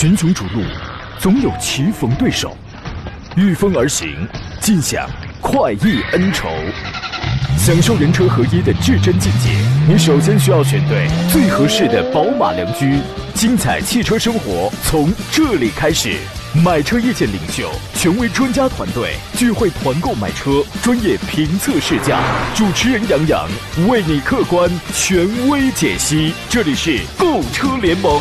群雄逐鹿，总有棋逢对手，御风而行，尽享快意恩仇。享受人车合一的至臻境界，你首先需要选对最合适的宝马良驹。精彩汽车生活从这里开始。买车意见领袖，权威专家团队聚会团购买车，专业评测试驾，主持人杨洋为你客观权威解析。这里是购车联盟。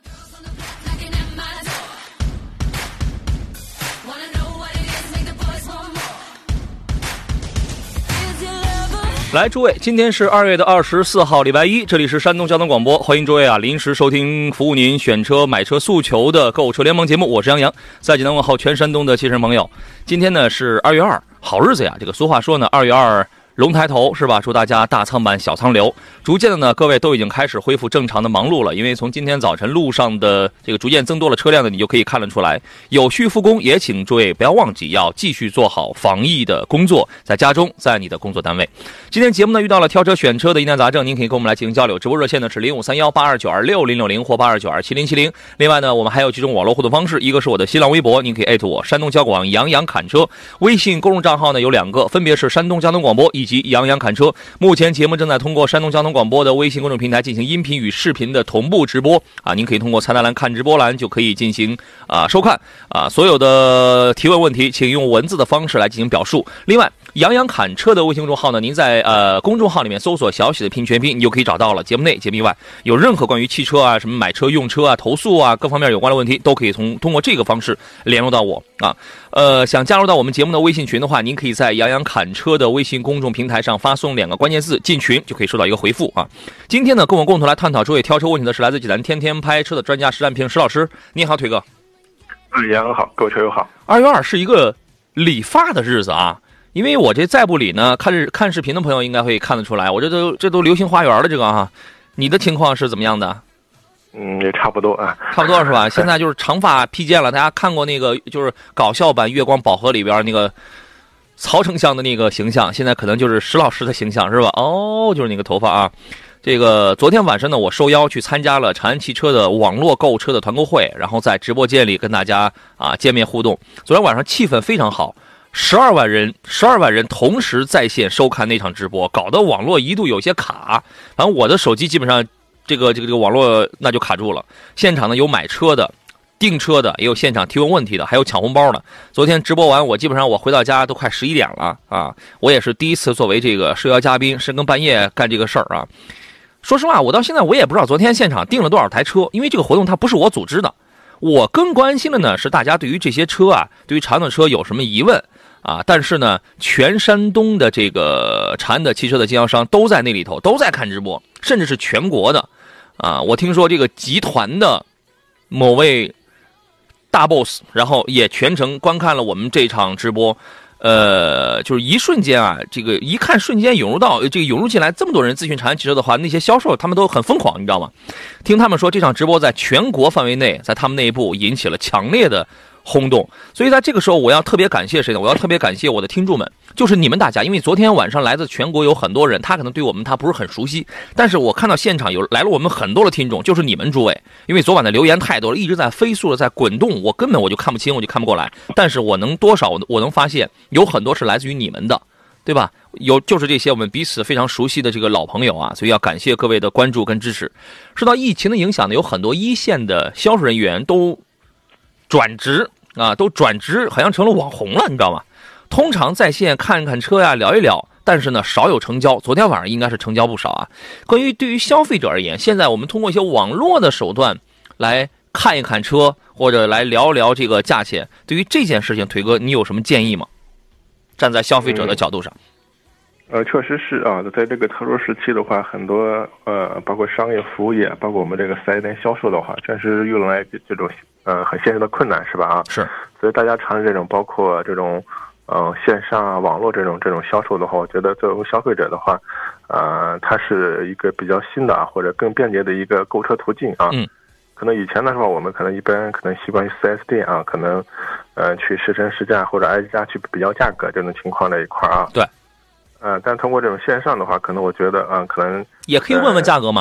来，诸位，今天是2月24号，礼拜一，这里是山东交通广播，欢迎诸位临时收听服务您选车买车诉求的购车联盟节目，我是杨洋，在济南问候全山东的汽车朋友。今天呢是2月2，好日子呀！这个俗话说呢，2月2龙抬头是吧？祝大家大仓满小仓流。逐渐的呢，各位都已经开始恢复正常的忙碌了，因为从今天早晨路上的这个逐渐增多了车辆呢，你就可以看得出来，有序复工。也请诸位不要忘记要继续做好防疫的工作，在家中，在你的工作单位。今天节目呢遇到了挑车选车的疑难杂症，您可以跟我们来进行交流。直播热线呢是053182926060或82927070。另外呢，我们还有几种网络互动方式，一个是我的新浪微博，您可以艾特我山东交广杨洋侃车。微信公众账号呢有2个，分别是山东交通广播以及杨洋侃车。目前节目正在通过山东交通广播的微信公众平台进行音频与视频的同步直播您可以通过菜单栏看直播栏就可以进行收看所有的提问问题请用文字的方式来进行表述。另外，杨洋侃车的微信公众号呢，您在公众号里面搜索小写的拼全拼，你就可以找到了。节目内节目以外，有任何关于汽车什么买车用车投诉各方面有关的问题，都可以通过这个方式联络到我想加入到我们节目的微信群的话，您可以在杨洋侃车的微信公众平台上发送2个关键字进群，就可以收到一个回复今天呢，跟我共同来探讨诸位挑车问题的是来自济南天天拍车的专家石占平石老师。你好，腿哥。 杨好，各位车友好。 2月2是一个理发的日子因为我这再不理呢，看视频的朋友应该会看得出来，我这都流星花园了这个你的情况是怎么样的？ 也差不多差不多是吧？现在就是长发披肩了。大家看过那个就是搞笑版《月光宝盒》里边那个曹丞相的那个形象，现在可能就是石老师的形象是吧？就是那个头发这个昨天晚上呢，我受邀去参加了长安汽车的网络购车的团购会，然后在直播间里跟大家见面互动。昨天晚上气氛非常好，12万人同时在线收看那场直播，搞得网络一度有些卡。反正我的手机基本上这个网络那就卡住了。现场呢有买车的、订车的，也有现场提问问题的，还有抢红包的。昨天直播完，我基本上我回到家都快11点了我也是第一次作为这个受邀嘉宾深更半夜干这个事儿说实话，我到现在我也不知道昨天现场订了多少台车，因为这个活动它不是我组织的。我更关心的呢是大家对于这些车对于长安的车有什么疑问但是呢，全山东的这个长安的汽车的经销商都在那里头，都在看直播，甚至是全国的我听说这个集团的某位大 boss， 然后也全程观看了我们这场直播。就是一瞬间这个一看瞬间涌入进来这么多人咨询长安汽车的话，那些销售他们都很疯狂，你知道吗？听他们说这场直播在全国范围内，在他们内部引起了强烈的轰动。所以在这个时候我要特别感谢谁呢？我要特别感谢我的听众们，就是你们大家。因为昨天晚上来自全国有很多人，他可能对我们他不是很熟悉，但是我看到现场来了我们很多的听众，就是你们诸位。因为昨晚的留言太多了，一直在飞速的在滚动，我根本就看不清，我就看不过来。但是我能发现有很多是来自于你们的，对吧？就是这些我们彼此非常熟悉的这个老朋友所以要感谢各位的关注跟支持。受到疫情的影响呢，有很多一线的销售人员都转职好像成了网红了，你知道吗？通常在线看看车聊一聊，但是呢少有成交。昨天晚上应该是成交不少对于消费者而言，现在我们通过一些网络的手段来看一看车，或者来聊一聊这个价钱。对于这件事情，腿哥你有什么建议吗？站在消费者的角度上。 确实是在这个特殊时期的话，很多包括商业服务业，包括我们这个4S店销售的话，真是遇来这种很现实的困难，是吧是。 所以大家尝试这种包括这种线上网络这种销售的话，我觉得作为消费者的话，它是一个比较新的或者更便捷的一个购车途径可能以前的时候，我们可能一般习惯于4S店可能去试乘试驾或者挨家去比较价格这种情况的一块对。 但通过这种线上的话，可能我觉得可能也可以问问价格嘛。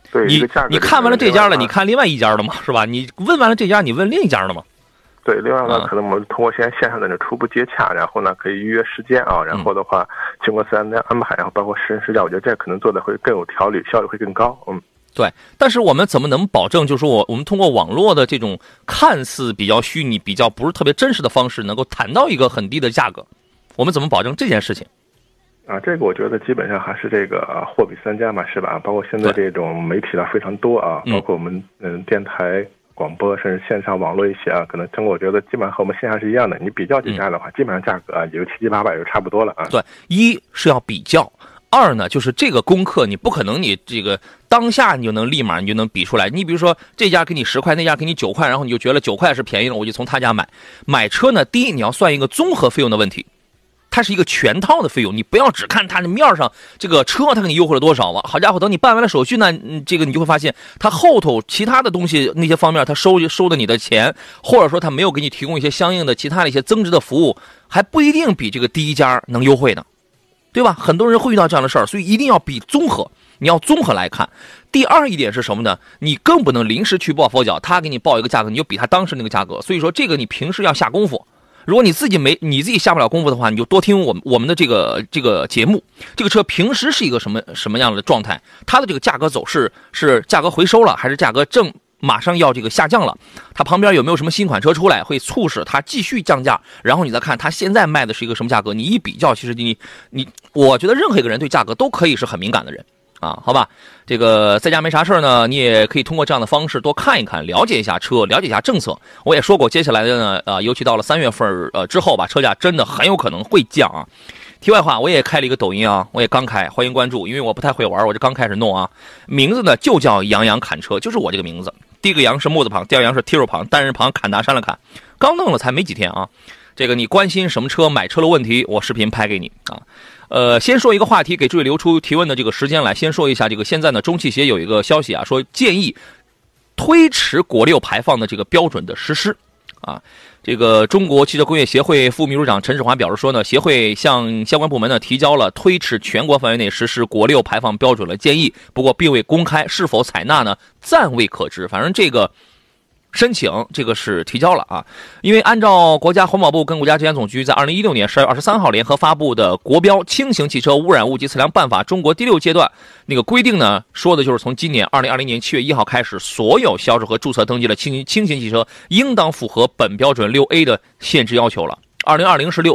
对，一个价格你看完了这家了，你看另外一家的嘛，是吧？你问完了这家，你问另一家的嘛。 对，另外呢，可能我们通过现在线上的初步接洽，然后呢可以预约时间啊，然后的话经过4S店安排，然后包括实时价，我觉得这可能做的会更有条理，效率会更高。 对。但是我们怎么能保证，就是说我们通过网络的这种看似比较虚拟、比较不是特别真实的方式，能够谈到一个很低的价格？我们怎么保证这件事情？ 这个我觉得基本上还是这个货比三家嘛，是吧？包括现在这种媒体非常多啊，包括我们电台、广播，甚至线上网络一些可能我觉得基本上和我们线下是一样的。你比较几家的话，基本上价格也就7、800就差不多了啊。 对，一是要比较，二呢就是这个功课你不可能你这个当下你就能立马你就能比出来。你比如说这家给你10块，那家给你9块，然后你就觉得9块是便宜了，我就从他家买。买车呢，第一你要算一个综合费用的问题。它是一个全套的费用，你不要只看它的面上这个车，它给你优惠了多少吧。好家伙，等你办完了手续呢，这个你就会发现，它后头其他的东西那些方面，它收的你的钱，或者说它没有给你提供一些相应的其他的一些增值的服务，还不一定比这个第一家能优惠呢，对吧？很多人会遇到这样的事儿，所以一定要比综合，你要综合来看。第二一点是什么呢？你更不能临时去抱佛脚，他给你报一个价格，你就比他当时那个价格。所以说这个你平时要下功夫。如果你自己下不了功夫的话，你就多听我们的这个节目。这个车平时是一个什么样的状态？它的这个价格走势是价格回收了，还是价格马上要这个下降了？它旁边有没有什么新款车出来，会促使它继续降价？然后你再看它现在卖的是一个什么价格？你一比较，其实我觉得任何一个人对价格都可以是很敏感的人。好吧，这个在家没啥事呢，你也可以通过这样的方式多看一看，了解一下车，了解一下政策。我也说过，接下来的呢，尤其到了3月份之后吧，车价真的很有可能会降啊。题外话，我也开了一个抖音啊，我也刚开，欢迎关注，因为我不太会玩，我就刚开始弄啊。名字呢就叫杨洋侃车，就是我这个名字。第一个杨是木字旁，第二个杨是提手旁，单人旁，侃大山了侃。刚弄了才没几天啊。这个你关心什么车，买车的问题，我视频拍给你啊。先说一个话题，给诸位留出提问的这个时间来。先说一下这个现在呢，中汽协有一个消息啊，说建议推迟国6排放的这个标准的实施啊。这个中国汽车工业协会副秘书长陈世华表示说呢，协会向相关部门呢提交了推迟全国范围内实施国6排放标准的建议，不过并未公开，是否采纳呢，暂未可知。反正这个申请这个是提交了啊，因为按照国家环保部跟国家质检总局在2016年12月23号联合发布的国标轻型汽车污染物及测量办法中国第6阶段那个规定呢，说的就是从今年2020年7月1号开始，所有销售和注册登记的轻型汽车应当符合本标准6A 的限制要求了。2020是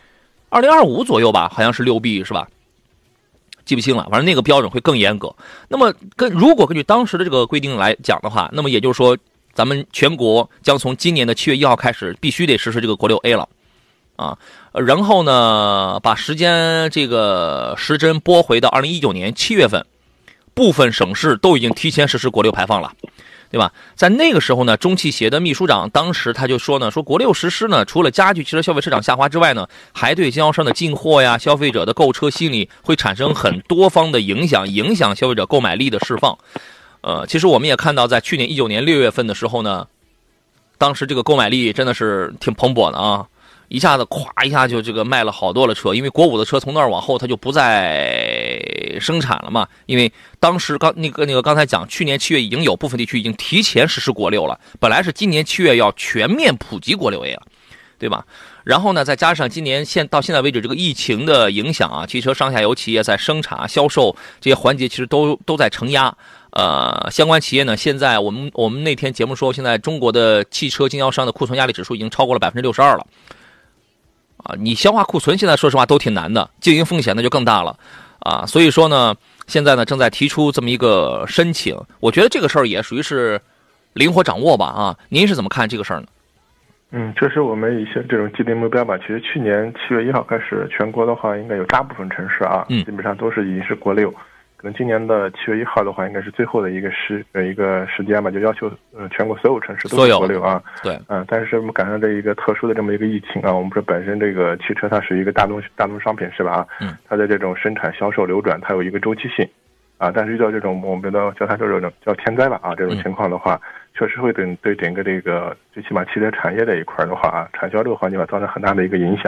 6A，2025左右吧，好像是6B 是吧？记不清了，反正那个标准会更严格。那么如果根据当时的这个规定来讲的话，那么也就是说，咱们全国将从今年的7月1号开始，必须得实施这个国6A 了，然后呢，把时间这个时针拨回到2019年7月份，部分省市都已经提前实施国6排放了，对吧？在那个时候呢，中汽协的秘书长当时他就说呢，说国6实施呢，除了加剧汽车消费市场下滑之外呢，还对经销商的进货呀、消费者的购车心理会产生很多方的影响消费者购买力的释放。其实我们也看到，在去年19年6月份的时候呢，当时这个购买力真的是挺蓬勃的啊，一下子咵一下就这个卖了好多的车，因为国5的车从那儿往后它就不再生产了嘛，因为当时刚才讲，去年7月已经有部分地区已经提前实施国6了，本来是今年7月要全面普及国6A 了，对吧？然后呢，再加上今年到现在为止这个疫情的影响啊，汽车上下游企业在生产、销售这些环节其实都在承压。相关企业呢，现在我们那天节目说，现在中国的汽车经销商的库存压力指数已经超过了62%了。你消化库存现在说实话都挺难的，经营风险那就更大了啊。所以说呢，现在呢正在提出这么一个申请，我觉得这个事儿也属于是灵活掌握吧啊。您是怎么看这个事儿呢？ 这是我们一些这种既定目标吧。其实去年7月1号开始，全国的话应该有大部分城市基本上都是已经是国6。可能今年的7月1号的话，应该是最后的一个时间吧，就要求全国所有城市都是国6啊。 对， 但是我们赶上这一个特殊的这么一个疫情啊，我们说本身这个汽车它是一个大宗商品是吧？它的这种生产、销售、流转，它有一个周期性但是遇到这种我们的叫它这种叫天灾吧这种情况的话，确实会对整个这个最起码汽车产业这一块的话产销这个环境造成很大的一个影响。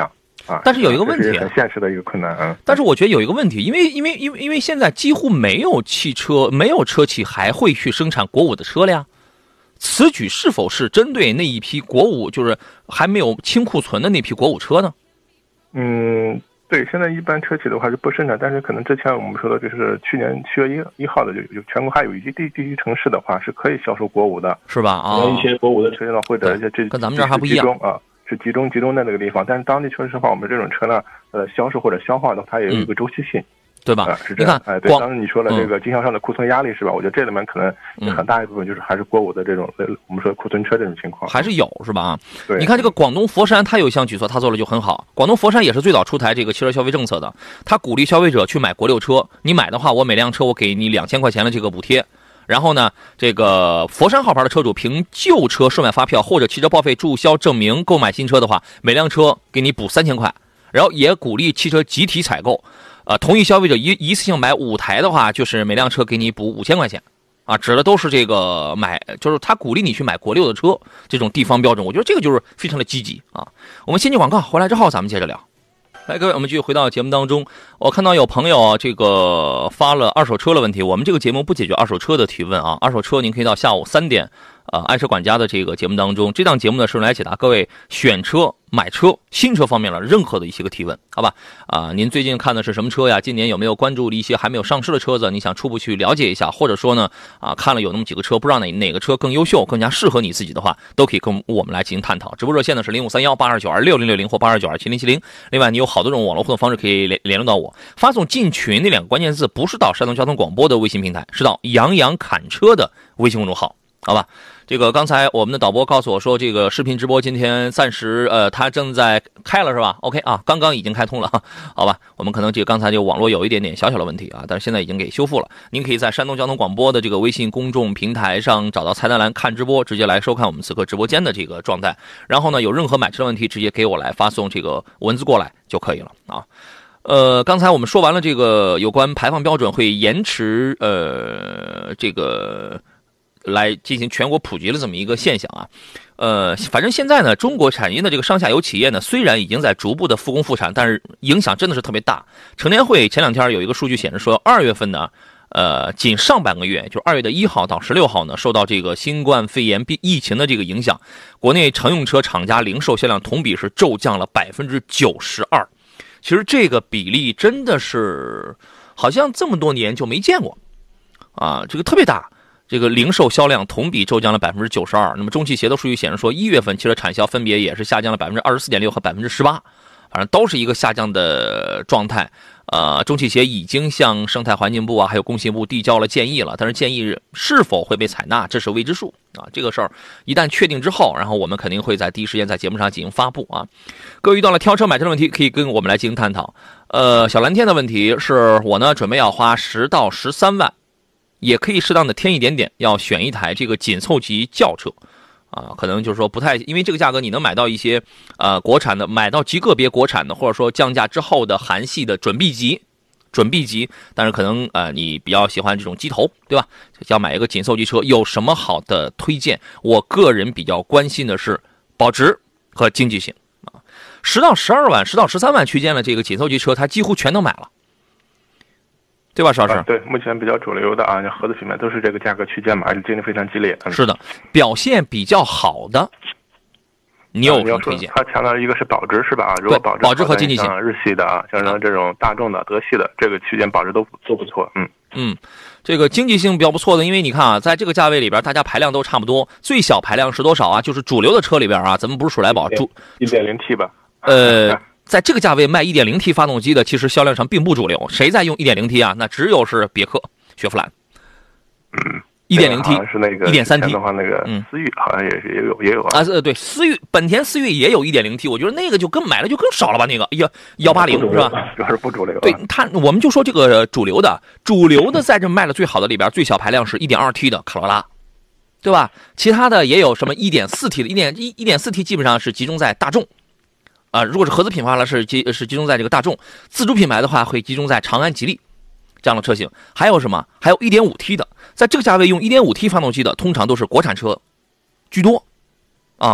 啊。 但是有一个问题， 很现实的一个困难啊。 但是我觉得有一个问题，因为现在几乎没有车企还会去生产国五的车了呀。此举是否是针对那一批国五，就是还没有清库存的那批国五车呢？ 对，现在一般车企的话是不生产，但是可能之前我们说的就是去年7月1号的，就全国还有一些地区城市的话是可以销售国五的， 是吧？啊， 一些国五的车呢，或者这跟咱们这儿还不一样啊。是集中在那个地方，但是当地确实话，我们这种车呢，销售或者消化的，它也有一个周期性， 对吧？ 是这样。 你看， 对，当时你说了这个经销商的库存压力是吧？我觉得这里面可能很大一部分就是还是国五的这种我们说库存车这种情况， 还是有是吧？ 对， 你看这个广东佛山，它有一项举措，它做的就很好。广东佛山也是最早出台这个汽车消费政策的，它鼓励消费者去买国六车，你买的话，我每辆车我给你2000块钱的这个补贴。然后呢，这个佛山号牌的车主凭旧车售卖发票或者汽车报废注销证明购买新车的话，每辆车给你补3000块。然后也鼓励汽车集体采购，同意消费者一次性买5台的话，就是每辆车给你补5000块钱，啊，指的都是这个就是他鼓励你去买国六的车，这种地方标准，我觉得这个就是非常的积极啊。我们先进广告，回来之后咱们接着聊。来，各位，我们继续回到节目当中。我看到有朋友这个发了二手车的问题，我们这个节目不解决二手车的提问啊，二手车您可以到下午3点，爱车管家的这个节目当中，这档节目呢是用来解答各位选车、买车、新车方面的任何的一些个提问，好吧？您最近看的是什么车呀？今年有没有关注一些还没有上市的车子？你想初步去了解一下，或者说呢，看了有那么几个车，不知道哪个车更优秀、更加适合你自己的话，都可以跟我们来进行探讨。直播热线呢是053182926060或82927070。另外，你有好多种网络互动方式可以联络到我，发送进群那2个关键字，不是到山东交通广播的微信平台，是到杨洋侃车的微信公众号，好吧？这个刚才我们的导播告诉我说，这个视频直播今天暂时它正在开了是吧 ？OK 啊，刚刚已经开通了，好吧？我们可能这个刚才这个网络有一点点小小的问题啊，但是现在已经给修复了。您可以在山东交通广播的这个微信公众平台上找到菜单栏看直播，直接来收看我们此刻直播间的这个状态。然后呢，有任何买车的问题，直接给我来发送这个文字过来就可以了啊。刚才我们说完了这个有关排放标准会延迟这个来进行全国普及的这么一个现象啊，反正现在呢，中国产业的这个上下游企业呢，虽然已经在逐步的复工复产，但是影响真的是特别大。乘联会前2天有一个数据显示说，2月份呢，仅上半个月，就2月的1号到16号呢，受到这个新冠肺炎疫情的这个影响，国内乘用车厂家零售销量同比是骤降了92%。其实这个比例真的是好像这么多年就没见过啊，这个特别大。这个零售销量同比骤降了92%。那么中汽协的数据显示说，1月份汽车产销分别也是下降了24.6%和18%，反正都是一个下降的状态。中汽协已经向生态环境部还有工信部递交了建议了，但是建议是否会被采纳，这是未知数啊。这个事儿一旦确定之后，然后我们肯定会在第一时间在节目上进行发布啊。各位遇到了挑车买车的问题，可以跟我们来进行探讨。小蓝天的问题是我呢准备要花10到13万。也可以适当的添一点点，要选一台这个紧凑级轿车，可能就是说不太，因为这个价格你能买到一些国产的，买到极个别国产的，或者说降价之后的韩系的准 B 级，但是可能你比较喜欢这种机头，对吧？要买一个紧凑级车，有什么好的推荐？我个人比较关心的是保值和经济性啊。10到12万、10到13万区间的这个紧凑级车，它几乎全都买了。对吧，邵老师？ 对，目前比较主流的合资品牌都是这个价格区间嘛，而且竞争非常激烈。 是的，表现比较好的，你有什么推荐？ 他强调一个是保值是吧？如果保值和经济性， 日系的像这种大众的、德系的这个区间保值都不错。 这个经济性比较不错的，因为你看在这个价位里边，大家排量都差不多，最小排量是多少啊？就是主流的车里边咱们不是数来宝 1.0T 吧？ 在这个价位卖 1.0T 发动机的，其实销量上并不主流。谁在用 1.0T 啊？那只有是别克、雪佛兰。1.0T 是那个 1.3T 的话，那个思域好像也有啊。 对，思域，本田思域也有 1.0T， 我觉得那个就买的就更少了吧？那个180是吧？ 主要是不主流。 对，我们就说这个主流的在这卖的最好的里边，最小排量是 1.2T 的卡罗拉，对吧？其他的也有什么 1.4T 的，1.4T 基本上是集中在大众。如果是合资品牌了，是集中在这个大众；自主品牌的话，会集中在长安、吉利这样的车型。还有什么？还有 1.5T 的，在这个价位用 1.5T 发动机的，通常都是国产车居多。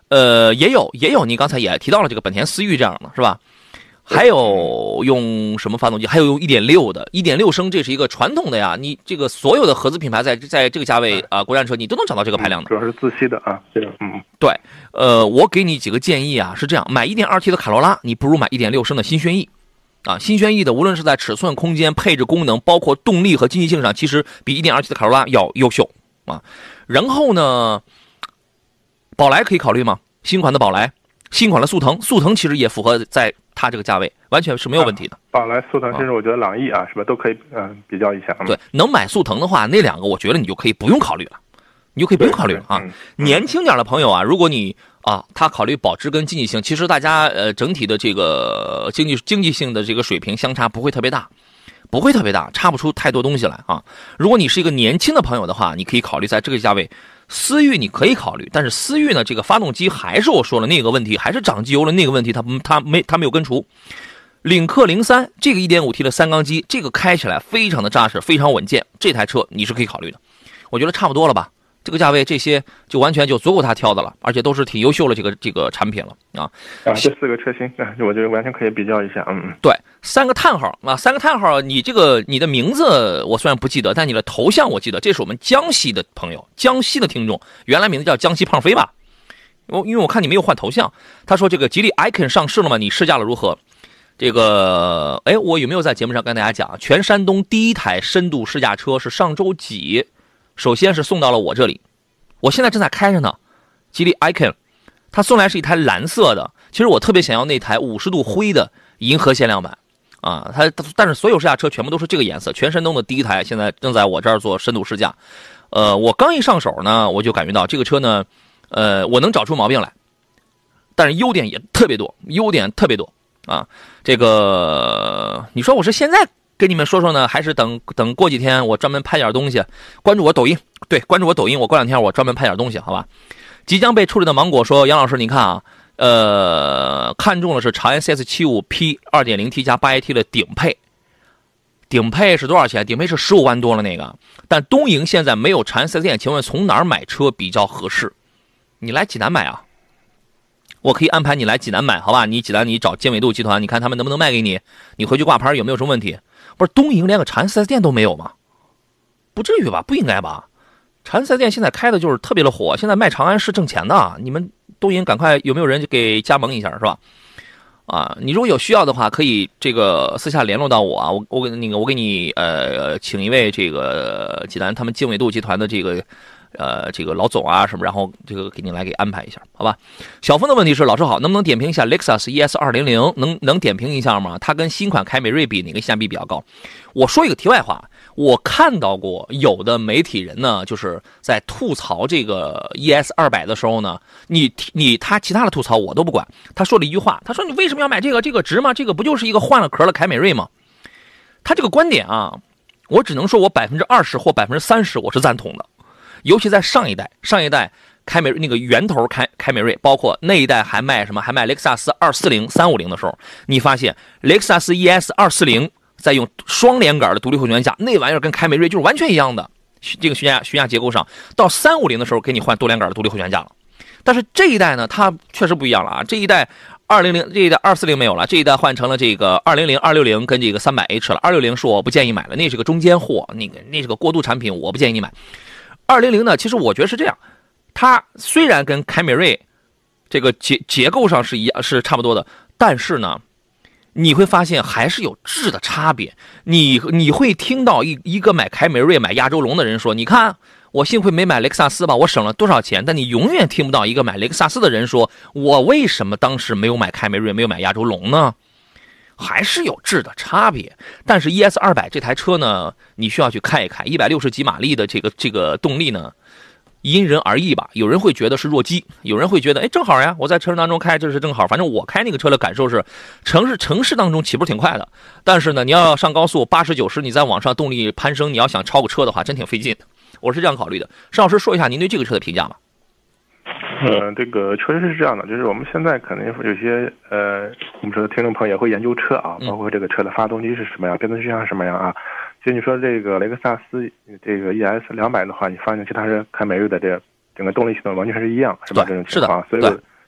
也有，你刚才也提到了这个本田思域这样的，是吧？还有用什么发动机？还有用 1.6 的，1.6升，这是一个传统的呀。你这个所有的合资品牌在这个价位啊，国产车你都能找到这个排量的。 主要是自吸的啊，这个对，我给你几个建议啊，是这样，买 1.2T 的卡罗拉，你不如买 1.6 升的新轩逸。啊，新轩逸的无论是在尺寸、空间、配置、功能，包括动力和经济性上，其实比 1.2T 的卡罗拉要优秀啊。然后呢，宝来可以考虑吗？新款的宝来，新款的速腾其实也符合在它这个价位，完全是没有问题的。 宝来、速腾，甚至我觉得朗逸啊，是吧，都可以比较一下。 对，能买速腾的话，那两个我觉得你就可以不用考虑了，你就可以不用考虑了啊。年轻点的朋友啊，如果你他考虑保值跟经济性，其实大家整体的这个经济性的这个水平相差不会特别大，差不出太多东西来啊。如果你是一个年轻的朋友的话，你可以考虑在这个价位。思域你可以考虑，但是思域呢，这个发动机还是我说了那个问题，还是涨机油了那个问题，它没有根除。领克03这个 1.5T 的3缸机，这个开起来非常的扎实，非常稳健，这台车你是可以考虑的。我觉得差不多了吧，这个价位这些就完全就足够他挑的了，而且都是挺优秀的这个产品了啊。 这4个车型我觉得完全可以比较一下。 对，3个叹号啊，3个叹号，你的名字我虽然不记得，但你的头像我记得，这是我们江西的朋友，江西的听众，原来名字叫江西胖飞吧？因为我看你没有换头像。他说这个吉利 Icon 上市了吗？你试驾了如何？这个我有没有在节目上跟大家讲，全山东第一台深度试驾车是上周几？首先是送到了我这里，我现在正在开着呢。吉利 Icon， 它送来是一台蓝色的，其实我特别想要那台50度灰的银河限量版啊，但是所有试驾车全部都是这个颜色。全山东的第一台现在正在我这儿做深度试驾。我刚一上手呢，我就感觉到这个车呢，我能找出毛病来，但是优点也特别多，啊。这个你说我是现在跟你们说呢，还是等过几天我专门拍点东西？关注我抖音，对，关注我抖音，我过2天我专门拍点东西，好吧？即将被处理的芒果说，杨老师，你看啊，看中了是长安 CS75P 2.0T 加 8AT 的顶配。顶配是多少钱？顶配是15万多了那个。但东营现在没有长安 4S 店，请问从哪儿买车比较合适？你来济南买啊，我可以安排你来济南买，好吧？你济南你找经纬度集团，你看他们能不能卖给你？你回去挂牌有没有什么问题？不是东营连个长安 4S 店都没有吗？不至于吧？不应该吧？长安 4S 店现在开的就是特别的火，现在卖长安是挣钱的，你们东营赶快有没有人给加盟一下，是吧？啊，你如果有需要的话，可以这个私下联络到我啊，我给你请一位这个济南他们经纬度集团的这个老总啊什么，然后这个给你来给安排一下，好吧？小峰的问题是，老师好，能不能点评一下 Lexus ES 200？能点评一下吗？它跟新款凯美瑞比，哪个性价比比较高？我说一个题外话，我看到过有的媒体人呢，就是在吐槽这个 ES 200的时候呢，他其他的吐槽我都不管，他说了一句话，他说你为什么要买这个？这个值吗？这个不就是一个换了壳的凯美瑞吗？他这个观点啊，我只能说我20%或30%我是赞同的。尤其在上一代凯美瑞那个源头凯美瑞，包括那一代还卖雷克萨斯240、350的时候，你发现雷克萨斯 ES 240在用双连杆的独立后悬架，那玩意儿跟凯美瑞就是完全一样的，这个悬架结构上，到350的时候给你换多连杆的独立后悬架了。但是这一代呢，它确实不一样了啊，这一代200，这一代240没有了，这一代换成了这个200、260跟这个 300H 了。260是我不建议买了，那是个中间货，那是个过渡产品，我不建议你买。200呢，其实我觉得是这样，它虽然跟凯美瑞这个结构上是差不多的，但是呢，你会发现还是有质的差别。你会听到一个买凯美瑞、买亚洲龙的人说：“你看，我幸亏没买雷克萨斯吧，我省了多少钱。”但你永远听不到一个买雷克萨斯的人说：“我为什么当时没有买凯美瑞，没有买亚洲龙呢？”还是有质的差别。但是 ES 200这台车呢，你需要去看一看，160几马力的这个动力呢，因人而异吧。有人会觉得是弱鸡，有人会觉得正好呀，我在城市当中开这是正好。反正我开那个车的感受是，城市当中起步挺快的，但是呢，你要上高速80、90，你在往上动力攀升，你要想超个车的话，真挺费劲的。我是这样考虑的。邵老师说一下您对这个车的评价吧。 这个确实是这样的，就是我们现在可能有些我们说的听众朋友也会研究车啊，包括这个车的发动机是什么样，变速器是什么样啊。其实你说这个雷克萨斯这个 ES 200的话，你发现其他是凯美瑞的这整个动力系统完全是一样，是吧？这种情况，所以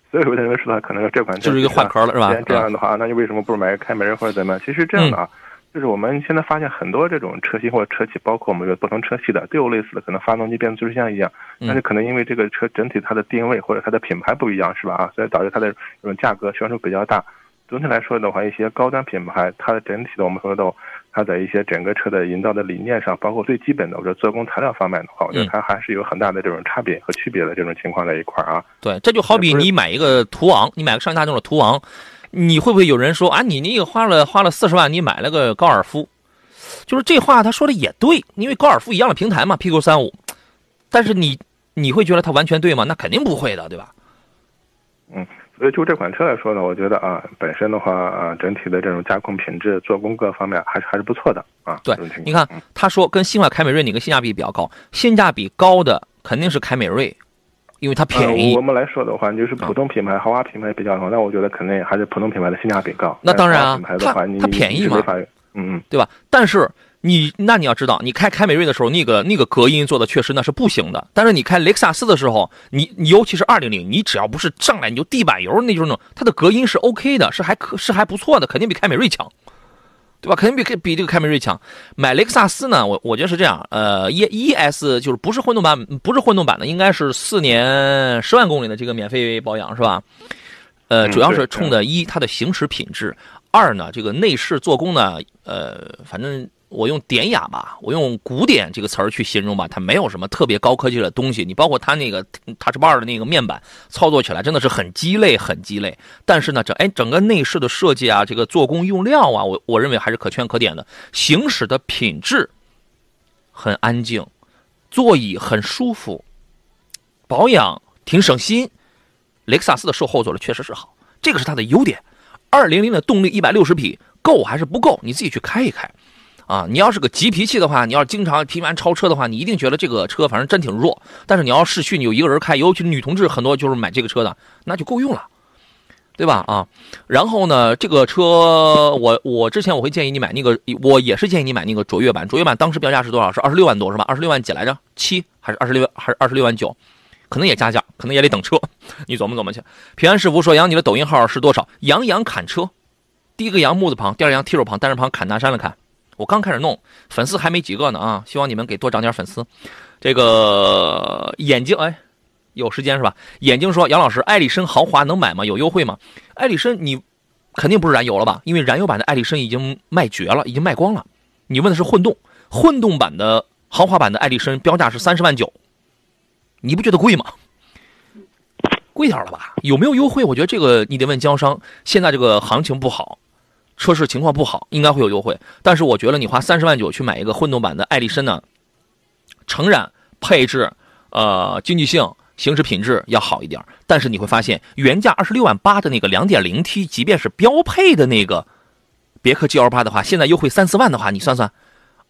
所以有的人说他可能这款车就是一个换壳了是吧？ 这样的话，那你为什么不买个凯美瑞或者怎么样？其实这样的啊。就是我们现在发现很多这种车型或者车企，包括我们有不同车系的，都有类似的，可能发动机、变速箱一样，但是可能因为这个车整体它的定位或者它的品牌不一样，是吧？啊，所以导致它的这种价格悬殊比较大。总体来说的话，一些高端品牌，它的整体的我们说到它的一些整个车的营造的理念上，包括最基本的我说做工材料方面的话，我觉得它还是有很大的这种差别和区别的这种情况在一块啊。 对，这就好比你买一个途昂，你买个上汽大众的途昂，你会不会有人说啊，你那个花了40万，你买了个高尔夫？就是这话他说的也对，因为高尔夫一样的平台嘛 ，PQ35，但是你会觉得它完全对吗？那肯定不会的，对吧？ 所以就这款车来说呢，我觉得啊，本身的话啊，整体的这种加工品质、做工各方面还是不错的啊。 对，你看他说跟新款凯美瑞哪个性价比比较高？性价比高的肯定是凯美瑞，因为它便宜。 我们来说的话，就是普通品牌、豪华品牌比较高，那我觉得肯定还是普通品牌的性价比高。 那当然啊， 它便宜嘛， 对吧？但是你要知道，你开凯美瑞的时候，那个隔音做的确实那是不行的。但是你开雷克萨斯的时候，你尤其是200，你只要不是上来你就地板油那种，它的隔音是 OK 的，是还不错的，肯定比凯美瑞强，对吧？肯定比这个凯美瑞强。买雷克萨斯呢，我觉得是这样，ES 就是不是混动版的，应该是4年10万公里的这个免费保养是吧？主要是冲的它的行驶品质；2呢，这个内饰做工呢，反正我用典雅吧，我用古典这个词儿去形容吧，它没有什么特别高科技的东西。你包括它那个 Touch Bar 的那个面板，操作起来真的是很鸡肋。但是呢，整个内饰的设计啊，这个做工用料啊，我认为还是可圈可点的。行驶的品质很安静，座椅很舒服，保养挺省心。雷克萨斯的售后做的确实是好，这个是它的优点。200的动力160匹够还是不够？你自己去开一开。啊，你要是个急脾气的话，你要是经常频繁超车的话，你一定觉得这个车反正真挺弱。但是你要市区你有一个人开，尤其是女同志很多就是买这个车的，那就够用了，对吧？啊，然后呢，这个车我之前我会建议你买那个，我也是建议你买那个卓越版。卓越版当时标价是多少？是26万多是吧？26万几来着？7还是26万9？可能也加价，可能也得等车。你琢磨去。平安师傅说：“杨，你的抖音号是多少？”杨砍车，第一个杨木字旁，第二个杨提手旁，单人旁，砍大山了砍。我刚开始弄，粉丝还没几个呢啊！希望你们给多涨点粉丝。这个眼睛，有时间是吧？眼睛说：“杨老师，艾力绅豪华能买吗？有优惠吗？”艾力绅你肯定不是燃油了吧？因为燃油版的艾力绅已经卖绝了，已经卖光了。你问的是混动版的豪华版的艾力绅标价是30万9，你不觉得贵吗？贵点了吧？有没有优惠？我觉得这个你得问经销商。现在这个行情不好。车市情况不好，应该会有优惠，但是我觉得你花30万9去买一个混动版的艾力绅呢，诚然配置、经济性、行驶品质要好一点，但是你会发现原价26万8的那个 2.0T， 即便是标配的那个别克 GL8 的话，现在优惠3-4万的话，你算算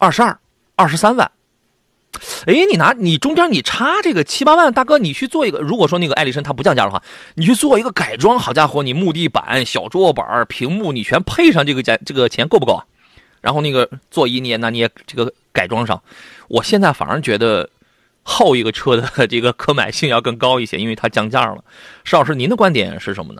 ，22、23万。你中间你差这个7-8万，大哥，你去做一个，如果说那个艾力绅它不降价的话，你去做一个改装，好家伙，你木地板、小桌板、屏幕，你全配上这个钱够不够啊？然后那个座椅你也这个改装上，我现在反而觉得后一个车的这个可买性要更高一些，因为它降价了。石老师，您的观点是什么呢？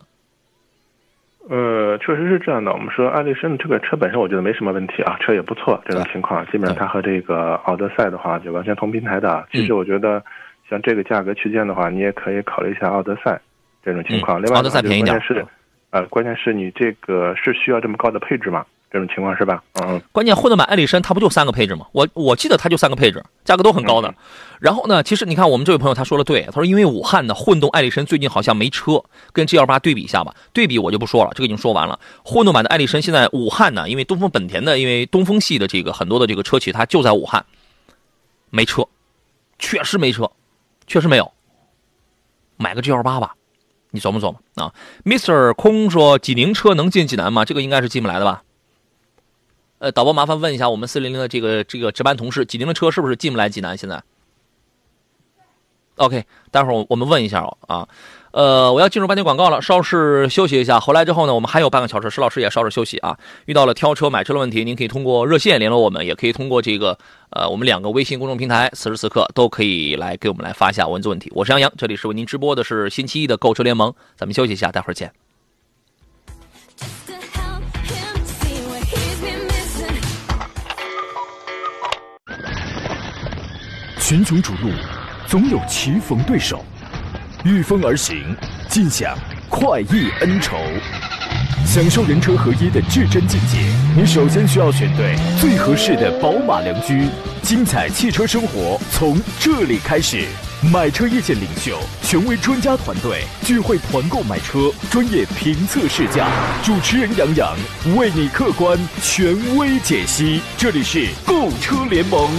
确实是这样的。我们说艾力绅的这个车本身，我觉得没什么问题啊，车也不错。这种情况，基本上它和这个奥德赛的话就完全同平台的。其实我觉得，像这个价格区间的话，你也可以考虑一下奥德赛这种情况。另外， 奥德赛便宜点。 关键是你这个是需要这么高的配置吗？这种情况是吧？ 关键混动版艾力绅它不就3个配置吗？我记得它就3个配置，价格都很高的。然后呢，其实你看我们这位朋友他说的对，他说因为武汉的混动艾力绅最近好像没车，跟 GL8 对比一下吧。对比我就不说了，这个已经说完了。混动版的艾力绅现在武汉呢，因为东风本田的，因为东风系的这个很多的这个车企它就在武汉，没车，确实没车，确实没有。买个 GL8 吧，你琢磨琢磨啊。Mr. 空说济宁车能进济南吗？这个应该是进不来的吧。导播麻烦问一下我们400的这个值班同事，济宁的车是不是进不来济南？现在 OK， 待会儿我们问一下啊。我要进入半天广告了，稍事休息一下。回来之后呢，我们还有半个小时，石老师也稍事休息啊。遇到了挑车买车的问题，您可以通过热线联络我们，也可以通过这个我们2个微信公众平台，此时此刻都可以来给我们来发下文字问题。我是杨洋，这里是为您直播的是星期一的购车联盟，咱们休息一下，待会儿见。 群雄逐鹿，总有棋逢对手。御风而行，尽享快意恩仇。享受人车合一的至臻境界，你首先需要选对最合适的宝马良驹。精彩汽车生活从这里开始。买车意见领袖，权威专家团队聚会团购买车，专业评测试驾。主持人杨洋为你客观权威解析。这里是购车联盟。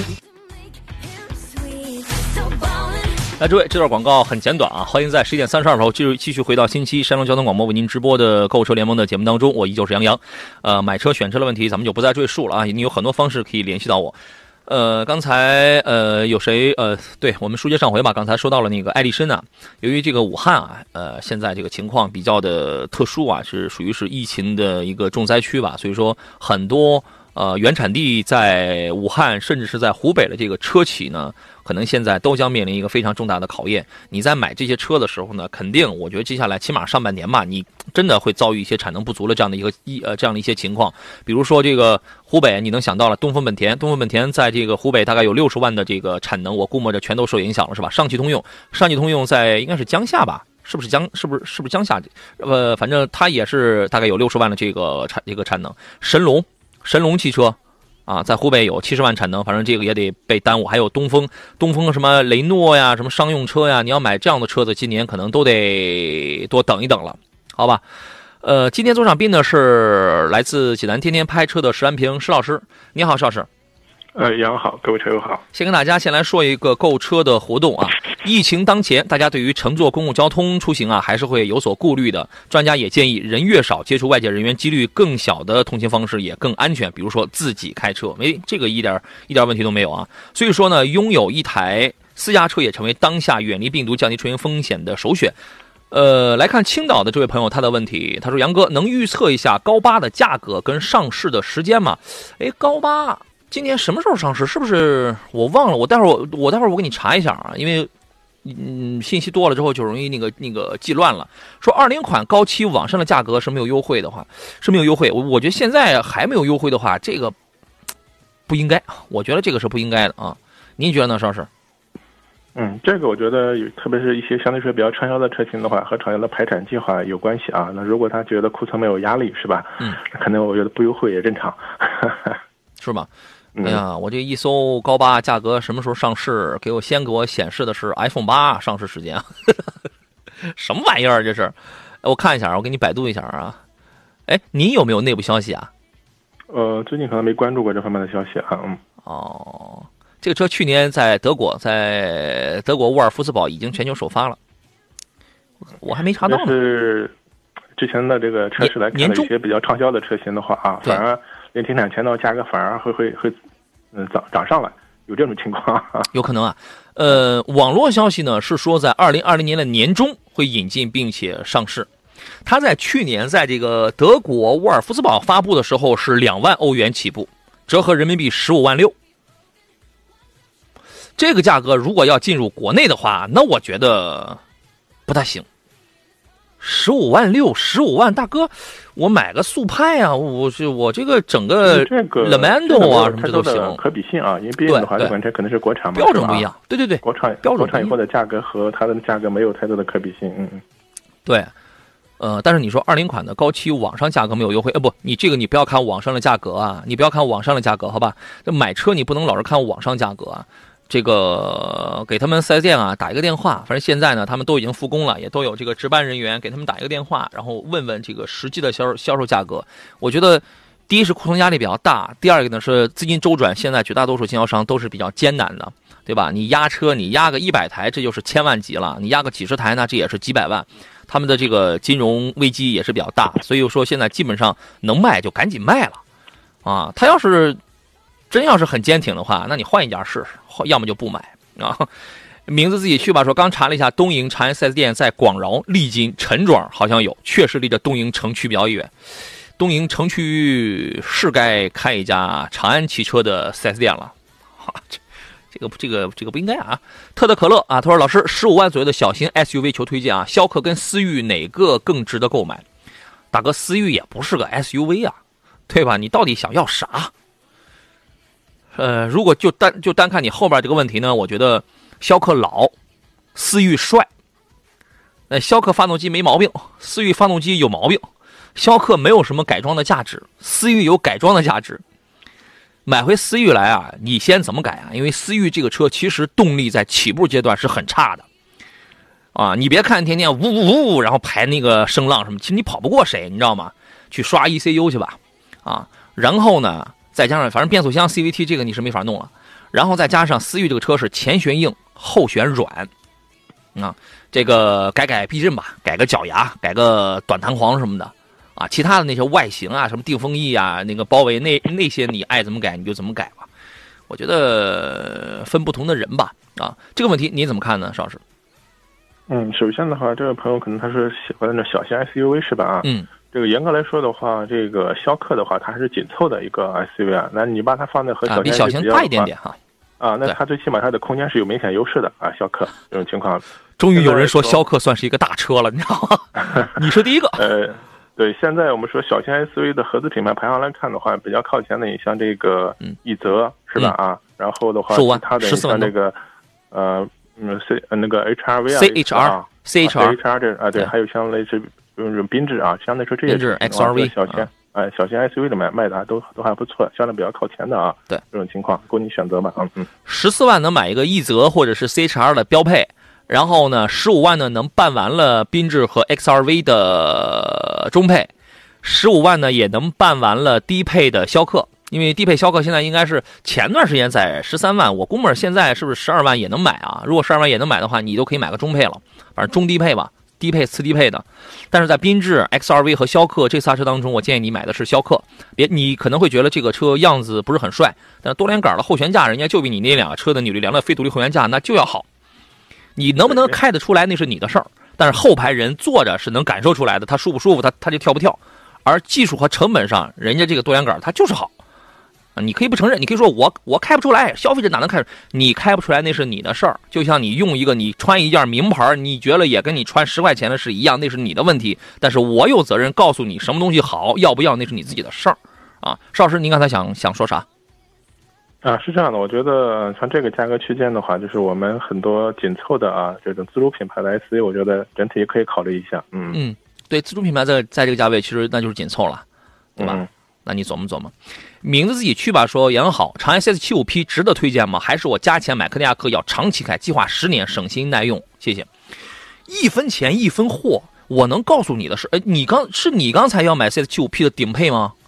来，诸位，这段广告很简短啊！欢迎在11点32分继续回到星期一山东交通广播为您直播的购车联盟的节目当中，我依旧是杨洋。买车选车的问题咱们就不再赘述了啊，你有很多方式可以联系到我。刚才有谁对我们书接上回吧，刚才说到了那个爱丽绅啊，由于这个武汉啊现在这个情况比较的特殊啊，是属于是疫情的一个重灾区吧，所以说很多原产地在武汉甚至是在湖北的这个车企呢，可能现在都将面临一个非常重大的考验。你在买这些车的时候呢，肯定我觉得接下来起码上半年吧，你真的会遭遇一些产能不足的这样的一些情况。比如说这个湖北，你能想到了东风本田在这个湖北大概有60万的这个产能，我估摸着全都受影响了，是吧？上汽通用在应该是江夏吧？是不是江夏？反正它也是大概有60万的这个产能。神龙汽车啊，在湖北有70万产能，反正这个也得被耽误。还有东风什么雷诺呀，什么商用车呀，你要买这样的车子，今年可能都得多等一等了，好吧？今天座上宾呢是来自济南天天拍车的石安平石老师，你好，石老师。 杨好，各位车友好。 先跟大家来说一个购车的活动啊。疫情当前，大家对于乘坐公共交通出行啊，还是会有所顾虑的。专家也建议，人越少，接触外界人员几率更小的通勤方式也更安全。比如说自己开车，这个一点问题都没有啊。所以说呢，拥有一台私家车也成为当下远离病毒、降低出行风险的首选。来看青岛的这位朋友他的问题，他说：杨哥，能预测一下高巴的价格跟上市的时间吗？高巴今年什么时候上市？是不是我忘了？我待会儿我给你查一下啊，因为信息多了之后就容易那个记乱了。说20款高七网上的价格是没有优惠的话，是没有优惠。我觉得现在还没有优惠的话，这个不应该，我觉得这个是不应该的啊。您觉得呢，邵老师？ 这个我觉得特别是一些相对说比较畅销的车型的话，和厂家的排产计划有关系啊。那如果他觉得库存没有压力，是吧？可能我觉得不优惠也正常， 是吧？哎呀，我这一搜高巴价格什么时候上市，给我显示的是 iPhone 8上市时间，什么玩意儿这是？我看一下，我给你百度一下啊。你有没有内部消息啊？ 最近可能没关注过这方面的消息啊。 这个车去年在德国沃尔夫斯堡已经全球首发了，我还没查到呢。 是之前的这个车市来看的一些比较畅销的车型的话啊，反而连停产前的价格反而会涨上来，有这种情况。 有可能啊。网络消息呢是说在2020年的年中会引进并且上市。它在去年在这个德国沃尔夫斯堡发布的时候是2万欧元起步，折合人民币15万6。这个价格如果要进入国内的话，那我觉得不太行。15万6，15万，大哥，我买个速派啊，我这个整个 Lamando 啊什么这都行。 可比性啊，因为毕竟的话，这款车可能是国产嘛， 标准不一样。对， 国产以后的价格和它的价格没有太多的可比性。 对。但是你说20款的高七网上价格没有优惠，不，你这个你不要看网上的价格啊，你不要看网上的价格，好吧？这买车你不能老是看网上价格啊。这个给他们4S店啊打一个电话，反正现在呢他们都已经复工了，也都有这个值班人员给他们打一个电话，然后问问这个实际的销售价格。我觉得第一是库存压力比较大，第二个呢是资金周转，现在绝大多数经销商都是比较艰难的，对吧？你压车，你压个100台，这就是千万级了；你压个几十台呢，这也是几百万。他们的这个金融危机也是比较大，所以说现在基本上能卖就赶紧卖了啊。他要是很坚挺的话，那你换一家试试，要么就不买啊。 名字自己去吧。说刚查了一下，东营长安 4S 店在广饶、利津、陈庄好像有，确实离着东营城区比较远。东营城区是该开一家长安汽车的 4S 店了。这个不应该啊。特的可乐啊，他说老师15万左右的小型 SUV 求推荐啊，逍客跟思域哪个更值得购买？大哥，思域也不是个 SUV 啊，对吧？你到底想要啥？如果就单看你后边这个问题呢，我觉得逍客老，思域帅。逍客发动机没毛病，思域发动机有毛病。逍客没有什么改装的价值，思域有改装的价值。买回思域来啊，你先怎么改啊？因为思域这个车其实动力在起步阶段是很差的啊！你别看天天呜呜呜，然后排那个声浪什么，其实你跑不过谁，你知道吗？去刷 ECU 去吧，啊，然后呢，再加上反正变速箱 CVT 这个你是没法弄了，然后再加上思域这个车是前悬硬后悬软，啊，这个改避震吧，改个脚牙，改个短弹簧什么的。啊，其他的那些外形啊，什么定风翼啊，那个包围那些你爱怎么改你就怎么改吧。我觉得分不同的人吧。啊，这个问题你怎么看呢，邵老师？ 首先的话，这位朋友可能他是喜欢那小型 SUV 是吧？这个严格来说的话，这个逍客的话，它还是紧凑的一个 SUV 啊。那你把它放在和小型比小型大一点点哈。 那它最起码它的空间是有明显优势的啊。逍客这种情况， 终于有人说逍客算是一个大车了，你知道吗？你是第一个。 对，现在我们说小型 SUV 的合资品牌排行来看的话，比较靠前的，你像这个奕泽是吧？啊，然后的话，它的像这个那个 HRV 啊，CHR 这啊，对，还有像类似缤智啊，相对说这些 XRV 小型 SUV 的卖的都还不错，相对比较靠前的啊。 对， 这种情况供你选择吧。 14万能买一个奕泽或者是 CHR 的标配。然后呢，15万呢能办完了缤智和 XRV 的中配，15万呢也能办完了低配的逍客，因为低配逍客现在应该是前段时间在13万，我估摸现在是不是12万也能买啊？如果12万也能买的话，你都可以买个中配了，反正中低配吧，低配次低配的。但是在缤智、XRV 和逍客这仨车当中，我建议你买的是逍客。你可能会觉得这个车样子不是很帅，但是多连杆的后悬架，人家就比你那两个车的扭力梁的非独立后悬架那就要好。你能不能开得出来那是你的事儿，但是后排人坐着是能感受出来的，他舒不舒服，他就跳不跳。而技术和成本上，人家这个多连杆它就是好啊。你可以不承认，你可以说我开不出来，消费者哪能开？你开不出来那是你的事儿。就像你用一个你穿一件名牌，你觉得也跟你穿10块钱的是一样，那是你的问题。但是我有责任告诉你什么东西好，要不要那是你自己的事儿啊。邵老师，您刚才想说啥？ 是这样的，我觉得像这个价格区间的话，就是我们很多紧凑的这种自主品牌的 SUV， 我觉得整体也可以考虑一下。 对，自主品牌在这个价位，其实那就是紧凑了，对吧？那你琢磨琢磨，名字自己去吧。说杨好，长安 CS75P 值得推荐吗？还是我加钱买柯迪亚克要长期开，计划10年，省心耐用？谢谢。1分钱1分货，我能告诉你的是，你刚才要买 CS75P 的顶配吗？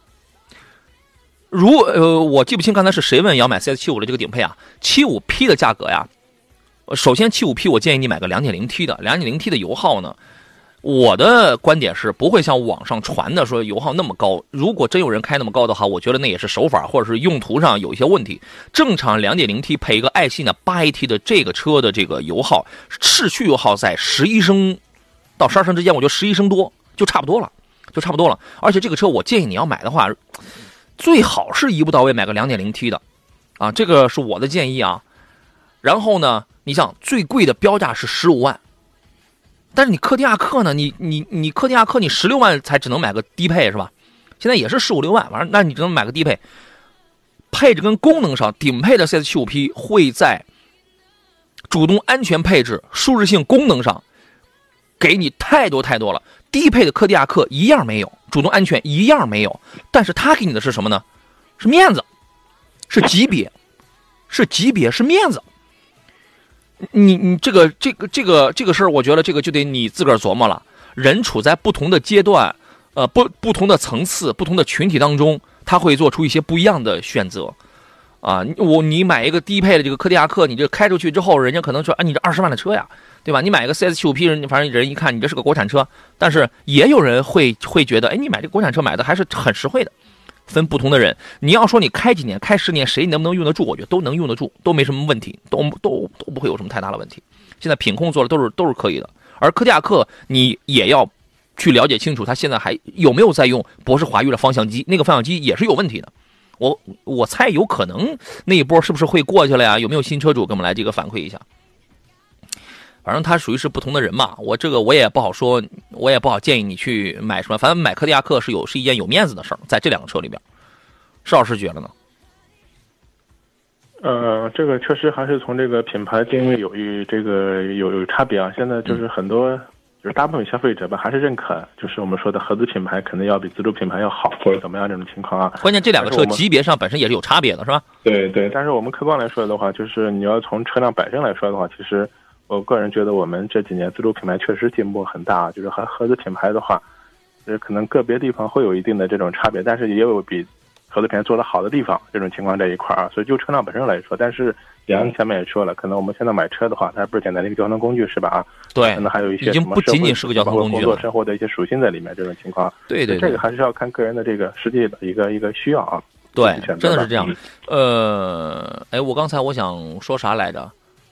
我记不清刚才是谁问要买 CS75 的这个顶配啊。75P 的价格呀，首先75P 我建议你买个 2.0T 的。2.0T 的油耗呢，我的观点是不会像网上传的说油耗那么高。如果真有人开那么高的话，我觉得那也是手法或者是用途上有一些问题。正常 2.0T 配一个爱信的 8AT 的这个车的这个油耗，市区油耗在11升到12升之间，我觉得11升多就差不多了。而且这个车我建议你要买的话，最好是一步到位买个 2.0T 的啊，这个是我的建议啊。然后呢，你想最贵的标价是15万，但是你柯迪亚克呢，你柯迪亚克你16万才只能买个低配是吧？现在也是15、16万，反正那你只能买个低配。配置跟功能上，顶配的 CS75P 会在主动安全配置、舒适性、功能上给你太多了。低配的柯迪亚克一样没有，主动安全一样没有，但是他给你的是什么呢？是面子，是级别，是面子。你这个事儿，我觉得这个就得你自个儿琢磨了。人处在不同的阶段，不同的层次、不同的群体当中，他会做出一些不一样的选择。啊，你买一个低配的这个柯迪亚克，你这开出去之后，人家可能说，你这20万的车呀，对吧？你买个 CS75P， 人反正人一看你这是个国产车，但是也有人会觉得，你买这个国产车买的还是很实惠的。 分不同的人。你要说你开几年、开10年，谁能不能用得住？我觉得都能用得住，都没什么问题，都不会有什么太大的问题。现在品控做的都是可以的，而柯迪亚克你也要去了解清楚，它现在还有没有在用博士华域的方向机，那个方向机也是有问题的。我猜有可能那一波是不是会过去了呀？有没有新车主跟我们来这个反馈一下？反正他属于是不同的人嘛，我也不好说，我也不好建议你去买什么。反正买柯迪亚克是一件有面子的事儿，在这两个车里边，施老师觉得呢？ 这个确实还是从这个品牌定位有差别啊。现在就是很多就是大部分消费者吧，还是认可就是我们说的合资品牌可能要比自主品牌要好，或者怎么样这种情况啊。 关键这两个车级别上本身也是有差别的，是吧？ 对对，但是我们客观来说的话，就是你要从车辆本身来说的话，其实我个人觉得我们这几年自主品牌确实进步很大，就是和合资品牌的话，可能个别地方会有一定的这种差别，但是也有比合资品牌做得好的地方，这种情况在一块儿啊。所以就车辆本身来说，但是杨前面也说了，可能我们现在买车的话，它不是简单的一个交通工具，是吧？啊， 对， 可能还有一些已经不仅仅是个交通工具了， 工作生活的一些属性在里面，这种情况。 对， 这个还是要看个人的这个实际的一个需要啊。 对，真的是这样。我刚才我想说啥来着？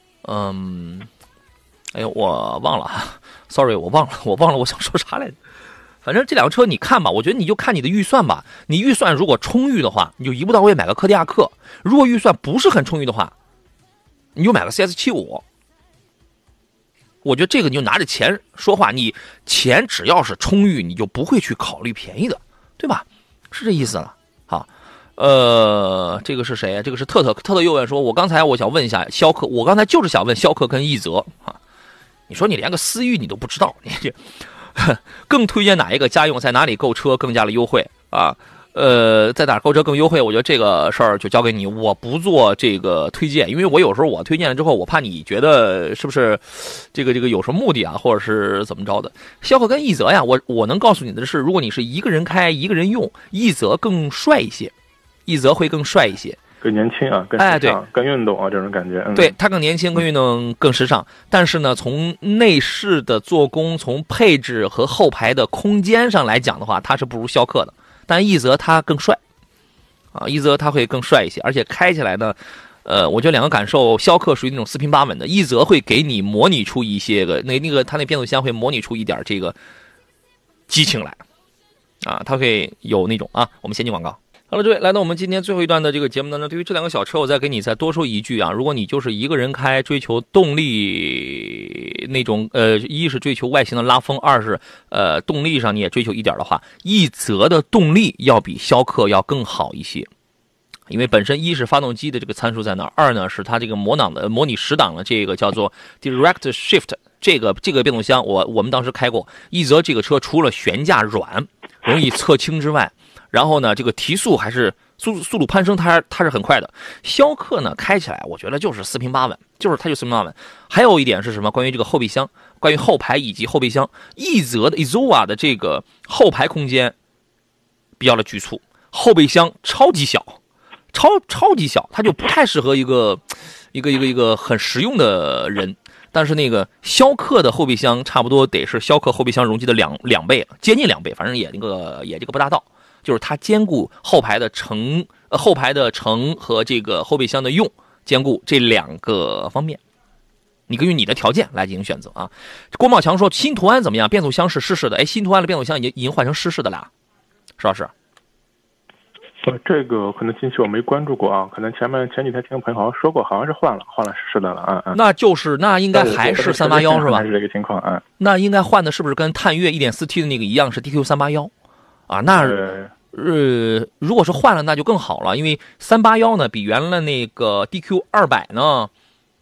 我忘了 ，sorry， 我忘了我想说啥来着。反正这两个车你看吧，我觉得你就看你的预算吧。你预算如果充裕的话，你就一步到位买个柯迪亚克；如果预算不是很充裕的话，你就买个 CS75。我觉得这个你就拿着钱说话，你钱只要是充裕，你就不会去考虑便宜的，对吧？是这意思了。好，这个是谁？这个是特又问说，我想问一下逍客，我刚才就是想问逍客跟奕泽啊。你说你连个思域你都不知道，你这更推荐哪一个家用，在哪里购车更加的优惠啊？在哪购车更优惠？我觉得这个事儿就交给你，我不做这个推荐，因为我有时候我推荐了之后，我怕你觉得是不是这个有什么目的啊，或者是怎么着的。逍客跟奕泽呀，我能告诉你的是，如果你是一个人开一个人用，奕泽更帅一些，奕泽会更帅一些。 更年轻啊，更时尚，更运动啊，这种感觉。 对，它更年轻、更运动、更时尚。但是呢，从内饰的做工、从配置和后排的空间上来讲的话，它是不如逍客的。但奕泽它更帅，啊，奕泽它会更帅一些，而且开起来呢，我觉得两个感受，逍客属于那种四平八稳的，奕泽会给你模拟出一些个那个它那变速箱会模拟出一点这个激情来，啊，它会有那种啊。我们先进广告。好了，各位，来到我们今天最后一段的这个节目当中，对于这两个小车，我再给你再多说一句啊，如果你就是一个人开，追求动力那种一是追求外形的拉风，二是动力上你也追求一点的话，奕泽的动力要比逍客要更好一些，因为本身一是发动机的这个参数在那儿，二呢是它这个模拟十档的这个叫做 Direct Shift 这个变速箱，我们当时开过奕泽这个车，除了悬架软容易侧倾之外，然后呢，这个提速还是速度攀升，它是很快的。逍客呢开起来，我觉得就是四平八稳，它就四平八稳。还有一点是什么？关于这个后备箱，关于后排以及后备箱，奕泽的 Ezoa 的这个后排空间比较的局促，后备箱超级小，超级小，它就不太适合一个很实用的人。但是那个逍客的后备箱差不多得是逍客后备箱容积的两倍，接近2倍，反正也这个不大道。就是它兼顾后排的乘和这个后备箱的用，兼顾这两个方面，你根据你的条件来进行选择啊。郭茂强说新途安怎么样？变速箱是湿式的，新途安的变速箱已经换成湿式的了，石老师。 这个可能近期我没关注过啊，可能前几天听朋友好像说过，好像是换了湿式的了啊。 那应该还是381是吧？ 还是这个情况啊。 那应该换的是不是跟探岳 1.4T 的那个一样是 DQ381？啊，那如果是换了，那就更好了，因为381呢比原来那个 DQ200呢，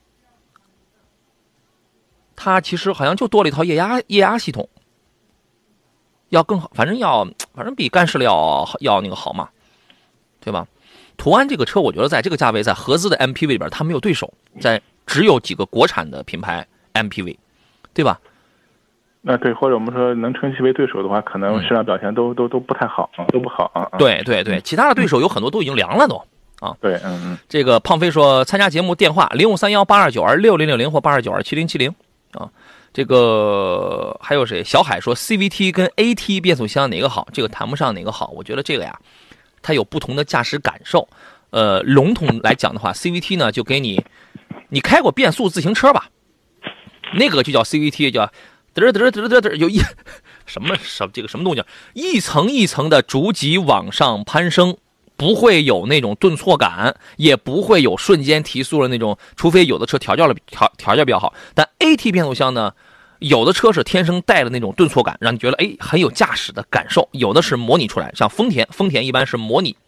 它其实好像就多了一套液压系统，要更好，反正比干式的要那个好嘛，对吧？途安这个车，我觉得在这个价位，在合资的 MPV 里边，它没有对手，只有几个国产的品牌 MPV， 对吧？ 对，或者我们说能称其为对手的话，可能市场表现都不太好啊，都不好啊。 对，其他的对手有很多都已经凉了都啊。 对， 这个胖飞说参加节目电话053182926060或82927070啊。这个还有谁？小海说 CVT 跟 AT 变速箱哪个好？这个谈不上哪个好，我觉得这个呀， 它有不同的驾驶感受。笼统来讲的话 ，CVT 呢就给你开过变速自行车吧？那个就叫 CVT， 叫嘚嘚嘚嘚嘚，有什么动静，一层一层的逐级往上攀升。不会有那种顿挫感，也不会有瞬间提速的那种，除非有的车调教比较好。但 AT 变速箱呢，有的车是天生带的那种顿挫感，让你觉得很有驾驶的感受；有的是模拟出来，像丰田一般是模拟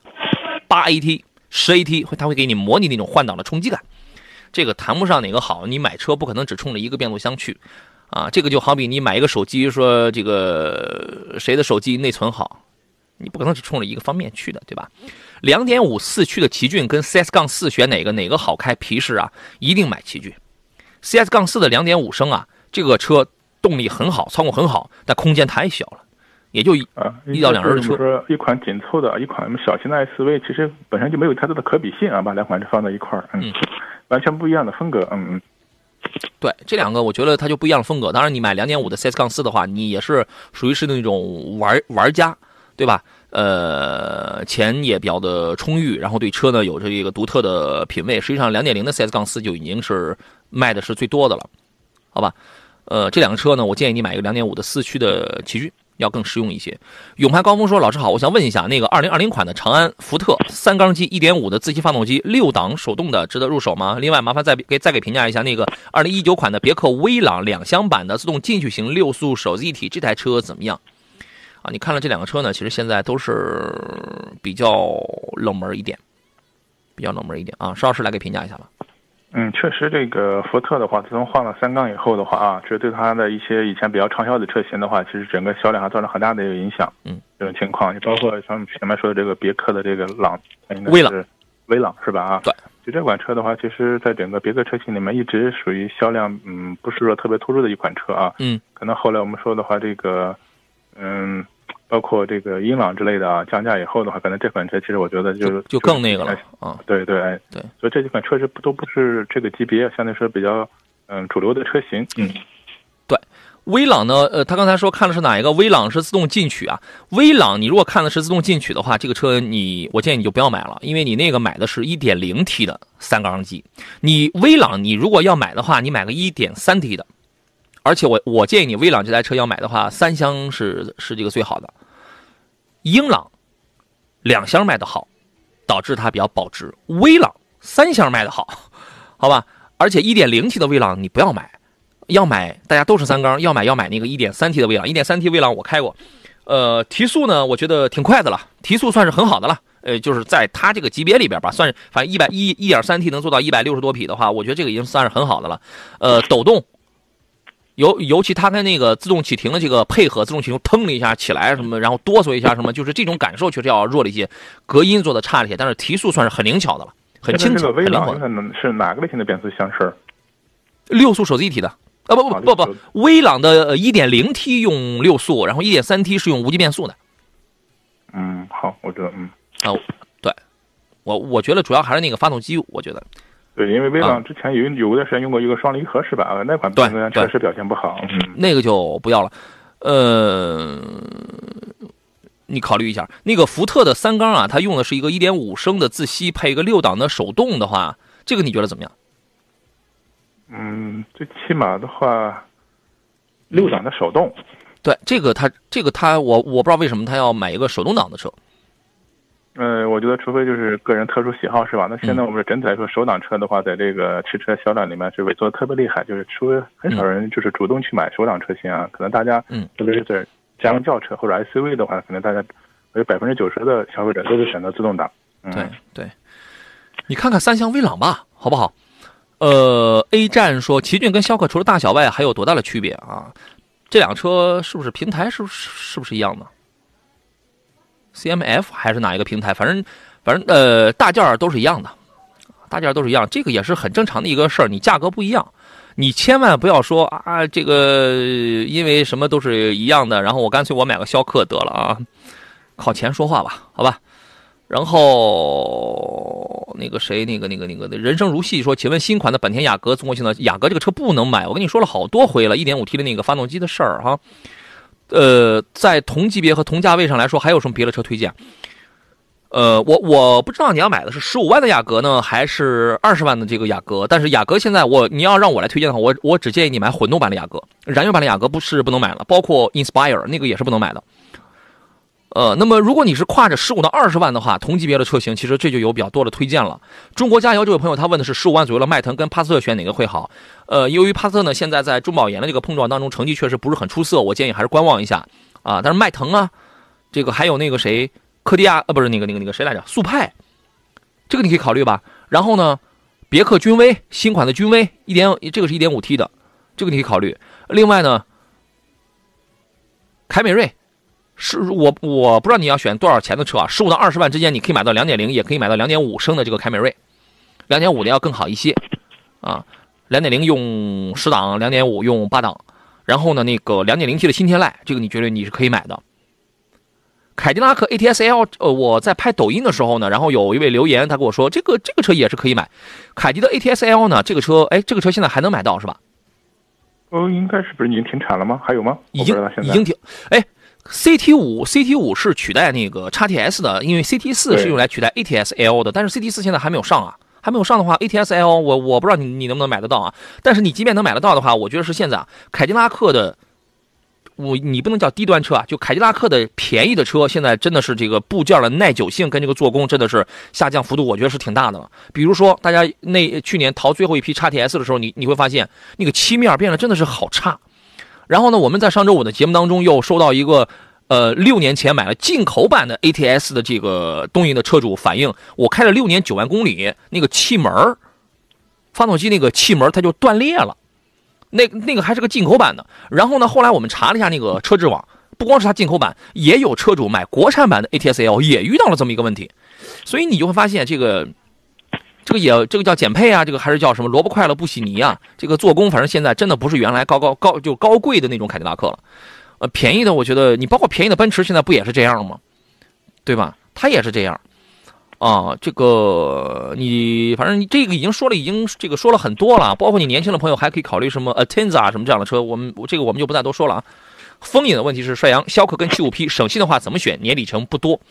8AT、10AT，它会给你模拟那种换挡的冲击感。这个谈不上哪个好，你买车不可能只冲着一个变速箱去啊。这个就好比你买一个手机，说这个谁的手机内存好。你不可能只冲着一个方面去的，对吧？2.5四驱的奇骏跟 CS-4 选哪个好开？皮实啊，一定买奇骏。CS-4 的2.5升啊，这个车动力很好，操控很好，但空间太小了，也就1到2人的车。 说一款紧凑的，一款小型的 SUV， 其实本身就没有太多的可比性啊，把两款放在一块儿，完全不一样的风格， 对，这两个我觉得它就不一样的风格。当然，你买2.5的 CS-4 的话，你也是属于是那种玩家。对吧？钱也比较的充裕，然后对车呢有着一个独特的品味。实际上，2.0的 CS-4 就已经是卖的是最多的了，好吧？这两个车呢，我建议你买一个2.5的四驱的奇骏，要更实用一些。永派高峰说：“老师好，我想问一下，那个2020款的长安福特3缸机1.5的自吸发动机6档手动的，值得入手吗？另外，麻烦再给评价一下那个2019款的别克威朗2厢版的自动进取型6速手自一体，这台车怎么样？”你看了这两个车呢，其实现在都是比较冷门一点啊。邵老师来给评价一下吧。 确实，这个福特的话，自从换了3缸以后的话啊，这对它的一些以前比较畅销的车型的话，其实整个销量还造成很大的一个影响。这种情况，也包括像前面说的这个别克的这个威朗是吧？啊， 对。 就这款车的话，其实在整个别克车型里面一直属于销量不是说特别突出的一款车啊。可能后来我们说的话，这个包括这个英朗之类的啊，降价以后的话，可能这款车其实我觉得就更那个了啊。 对，所以这几款车都不是这个级别，相对说比较主流的车型。 对，威朗呢，他刚才说看的是哪一个？威朗是自动进取啊。威朗你如果看的是自动进取的话，这个车我建议你就不要买了，因为你那个买的是 1.0T 的3缸机。你威朗你如果要买的话，你买个 1.3T 的。而且我建议你，威朗这台车要买的话，3厢是这个最好的。英朗2厢卖的好，导致它比较保值。威朗3厢卖的好，好吧？而且 1.0T 的威朗你不要买，要买大家都是3缸，要买那个 1.3T 的威朗。1.3T 威朗我开过，提速呢我觉得挺快的了，提速算是很好的了。就是在它这个级别里边吧，算是反正1.3T 能做到160多匹的话，我觉得这个已经算是很好的了。抖动。尤其它跟那个自动启停的这个配合，自动启停腾了一下起来什么，然后哆嗦一下什么，就是这种感受确实要弱了一些，隔音做的差了一些，但是提速算是很灵巧的了，很轻巧，很灵活。 是哪个类型的变速箱是 ？6速手自一体的啊，不，威朗的1.0T 用6速，然后1.3T 是用无级变速的。 好，我知道， 对，我觉得主要还是那个发动机，我觉得。 对，因为威朗之前有段时间用过一个双离合是吧？那款变速箱确实表现不好。 那个就不要了。你考虑一下，那个福特的3缸啊，它用的是一个 1.5升的自吸，配一个6档的手动的话，这个你觉得怎么样？ 最起码的话，6档的手动。 对，这个他，我不知道为什么他要买一个手动挡的车。 我觉得除非就是个人特殊喜好是吧？那现在我们整体来说，手挡车的话，在这个汽车销量里面是萎缩特别厉害，就是除非很少人就是主动去买手挡车型啊。可能大家，特别是在家用轿车或者 SUV 的话，可能大家有90%的消费者都是选择自动挡。 对，你看看3厢威朗吧，好不好？A 站说奇骏跟逍客除了大小外还有多大的区别啊？这辆车是不是平台是不是一样的？CMF 还是哪一个平台？反正大件都是一样的，这个也是很正常的一个事儿。你价格不一样，你千万不要说啊，这个因为什么都是一样的，然后我干脆我买个逍客得了啊，靠钱说话吧，好吧。然后那个谁，那个人生如戏说，请问新款的本田雅阁综合性能，雅阁这个车不能买，我跟你说了好多回了 1.5T 的那个发动机的事儿哈。在同级别和同价位上来说，还有什么别的车推荐？ 我不知道你要买的是15万的雅阁呢，还是20万的这个雅阁。但是雅阁现在你要让我来推荐的话，我只建议你买混动版的雅阁，燃油版的雅阁不能买了，包括 Inspire 那个也是不能买的。那么如果你是跨着15到20万的话，同级别的车型，其实这就有比较多的推荐了。中国加油这位朋友他问的是15万左右的迈腾跟帕萨特选哪个会好？由于帕萨特呢现在在中保研的这个碰撞当中成绩确实不是很出色，我建议还是观望一下啊。但是迈腾啊，这个还有那个谁。科迪亚不是那个谁来着？速派，这个你可以考虑吧。然后呢，别克君威新款的君威这个是 1.5T 的，这个你可以考虑。另外呢，凯美瑞是我不知道你要选多少钱的车啊，15到20万之间你可以买到 2.0， 也可以买到 2.5 升的这个凯美瑞，2.5的要更好一些啊。2.0 用10档，2.5用8档。然后呢，那个 2.0T 的新天籁，这个你觉得你是可以买的。凯迪拉克 ATS-L， 我在拍抖音的时候呢，然后有一位留言，他跟我说这个车也是可以买。凯迪的 ATS-L 呢，这个车现在还能买到是吧？ 应该是不是已经停产了吗？还有吗？ 已经停。CT5 是取代那个 XTS 的，因为 CT4 是用来取代 ATS-L 的，但是 CT4 现在还没有上啊。还没有上的话 ，ATS-L 我不知道你能不能买得到啊？但是你即便能买得到的话，我觉得是现在凯迪拉克的。你不能叫低端车啊，就凯迪拉克的便宜的车，现在真的是这个部件的耐久性跟这个做工真的是下降幅度，我觉得是挺大的了。比如说，大家去年淘最后一批 XTS 的时候，你会发现那个漆面变得真的是好差。然后呢，我们在上周五的节目当中又收到一个6年前买了进口版的 ATS 的这个东营的车主反映，我开了6年9万公里，那个气门发动机那个气门它就断裂了。那个还是个进口版的，然后呢，后来我们查了一下那个车质网，不光是它进口版，也有车主买国产版的 ATS-L 也遇到了这么一个问题，所以你就会发现这个叫减配啊，这个还是叫什么萝卜快乐不洗泥啊，这个做工反正现在真的不是原来高贵的那种凯迪拉克了，便宜的我觉得你包括便宜的奔驰现在不也是这样吗？对吧？它也是这样。这个你反正这个已经说了很多了，包括你年轻的朋友还可以考虑什么 Atenza 什么这样的车，我们就不再多说了啊。风引的问题是帅阳逍客跟 75P 省心的话怎么选？年里程不多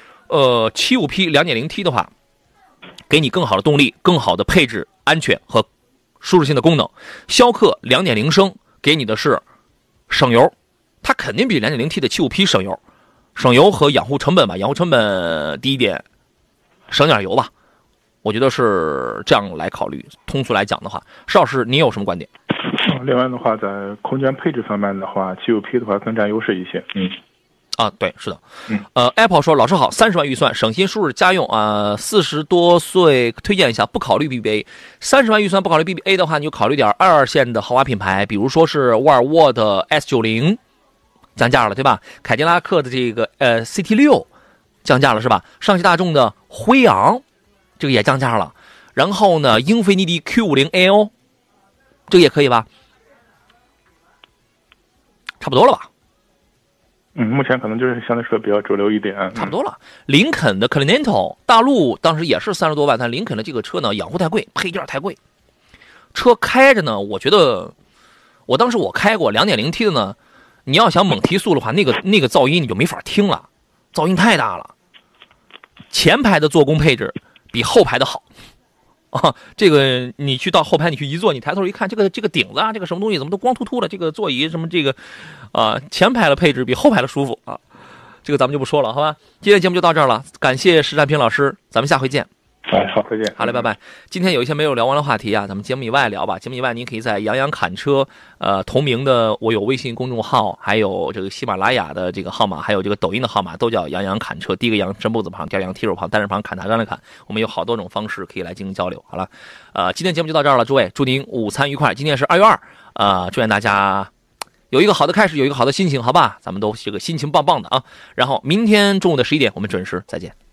，75P 2.0T 的话，给你更好的动力、更好的配置、安全和舒适性的功能。逍客2.0升给你的是省油，它肯定比 2.0T 的 75P 省油和养护成本吧，养护成本低一点。省点油吧，我觉得是这样来考虑。通俗来讲的话，邵老师您有什么观点？ 另外的话，在空间配置方面的话，75P 的话更占优势一些。 对，是的。Apple 说老师好，30万预算，省心舒适家用啊，40多岁推荐一下，不考虑 BBA。30万预算不考虑 BBA 的话，你就考虑点2线的豪华品牌，比如说是沃尔沃的 S90 降价了，对吧？凯迪拉克的这个CT6。降价了是吧？上汽大众的辉昂，这个也降价了。然后呢，英菲尼迪 Q50L， 这个也可以吧？差不多了吧？ 目前可能就是相对说比较主流一点。 差不多了。林肯的 Continental， 大陆当时也是30多万，但林肯的这个车呢，养护太贵，配件太贵。车开着呢，我觉得，当时我开过 2.0T 的呢，你要想猛提速的话，那个噪音你就没法听了，噪音太大了。前排的做工配置比后排的好这个你去到后排你去一坐，你抬头一看，这个顶子啊，这个什么东西怎么都光秃秃的，这个座椅什么这个前排的配置比后排的舒服啊，这个咱们就不说了，好吧？今天节目就到这儿了，感谢石占平老师，咱们下回见。 好，再见。 好嘞，拜拜。今天有一些没有聊完的话题啊，咱们节目以外聊吧。节目以外，您可以在杨洋侃车同名的，我有微信公众号，还有这个喜马拉雅的这个号码，还有这个抖音的号码，都叫杨洋侃车。第一个杨，真木字旁，第二个杨，提手旁，单人旁，侃大山的侃。我们有好多种方式可以来进行交流。好了，今天节目就到这儿了，诸位，祝您午餐愉快。今天是2月2，祝愿大家有一个好的开始，有一个好的心情，好吧？咱们都这个心情棒棒的啊。然后明天中午的11点，我们准时再见。